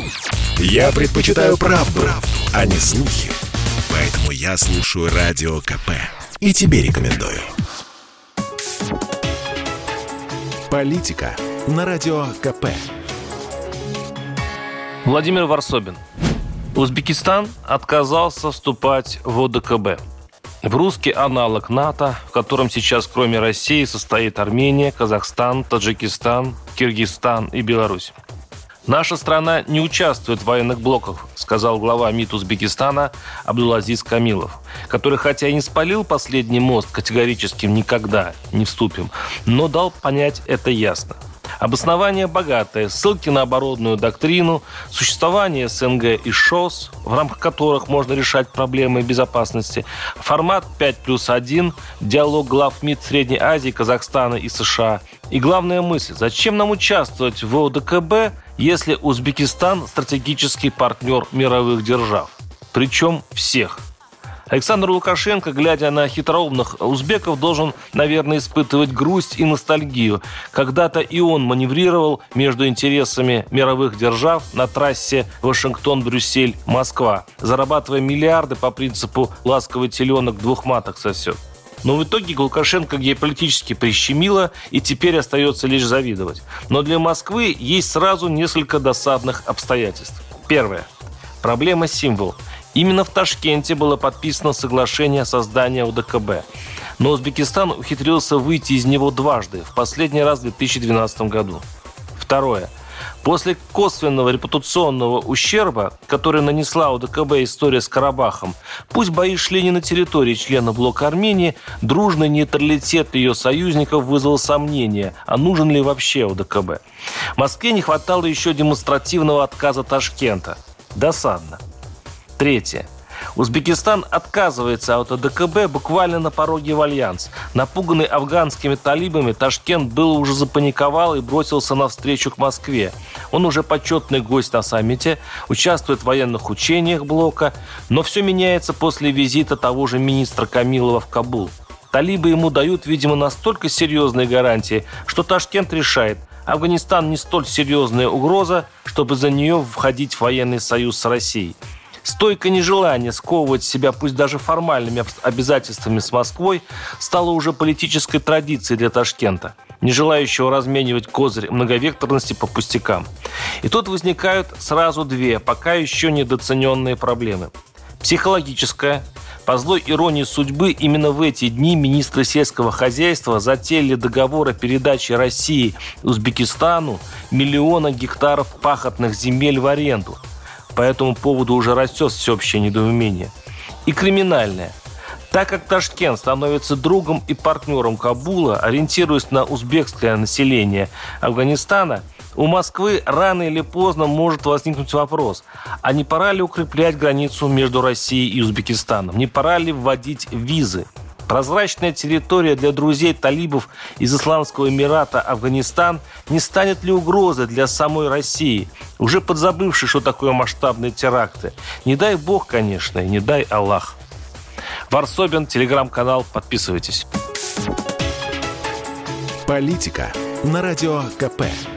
Я предпочитаю правду, а не слухи. Поэтому я слушаю Радио КП. И тебе рекомендую. Политика на Радио КП. Владимир Варсобин. Узбекистан отказался вступать в ОДКБ. В русский аналог НАТО, в котором сейчас кроме России состоит Армения, Казахстан, Таджикистан, Киргизстан и Беларусь. «Наша страна не участвует в военных блоках», сказал глава МИД Узбекистана Абдулазиз Камилов, который хотя и не спалил последний мост категорическим «никогда не вступим», но дал понять это ясно. Обоснование богатое, ссылки на оборонную доктрину, существование СНГ и ШОС, в рамках которых можно решать проблемы безопасности, формат 5+1, диалог глав МИД Средней Азии, Казахстана и США. И главная мысль – зачем нам участвовать в ОДКБ, если Узбекистан – стратегический партнер мировых держав? Причем всех. Александр Лукашенко, глядя на хитроумных узбеков, должен, наверное, испытывать грусть и ностальгию. Когда-то и он маневрировал между интересами мировых держав на трассе Вашингтон-Брюссель-Москва, зарабатывая миллиарды по принципу «ласковый теленок двух маток сосет». Но в итоге Лукашенко геополитически прищемило, и теперь остается лишь завидовать. Но для Москвы есть сразу несколько досадных обстоятельств. Первое. Проблема-символ. Именно в Ташкенте было подписано соглашение о создании ОДКБ. Но Узбекистан ухитрился выйти из него дважды, в последний раз в 2012 году. Второе. После косвенного репутационного ущерба, который нанесла ОДКБ история с Карабахом, пусть бои шли не на территории члена блока Армении, дружный нейтралитет ее союзников вызвал сомнения, а нужен ли вообще ОДКБ. Москве не хватало еще демонстративного отказа Ташкента. Досадно. Третье. Узбекистан отказывается от ОДКБ буквально на пороге в альянс. Напуганный афганскими талибами, Ташкент был уже запаниковал и бросился навстречу к Москве. Он уже почетный гость на саммите, участвует в военных учениях блока, но все меняется после визита того же министра Камилова в Кабул. Талибы ему дают, видимо, настолько серьезные гарантии, что Ташкент решает, Афганистан не столь серьезная угроза, чтобы за нее входить в военный союз с Россией. Стойкое нежелание сковывать себя, пусть даже формальными обязательствами с Москвой, стало уже политической традицией для Ташкента, не желающего разменивать козырь многовекторности по пустякам. И тут возникают сразу две, пока еще недооцененные проблемы. Психологическая. По злой иронии судьбы, именно в эти дни министры сельского хозяйства затеяли договор о передаче России Узбекистану миллиона гектаров пахотных земель в аренду. По этому поводу уже растет всеобщее недоумение. И криминальное. Так как Ташкент становится другом и партнером Кабула, ориентируясь на узбекское население Афганистана, у Москвы рано или поздно может возникнуть вопрос, а не пора ли укреплять границу между Россией и Узбекистаном? Не пора ли вводить визы? Прозрачная территория для друзей талибов из Исламского Эмирата Афганистан не станет ли угрозой для самой России, уже подзабывшей, что такое масштабные теракты? Не дай Бог, конечно, и не дай Аллах. Варсобин, телеграм-канал, подписывайтесь. Политика на Радио КП.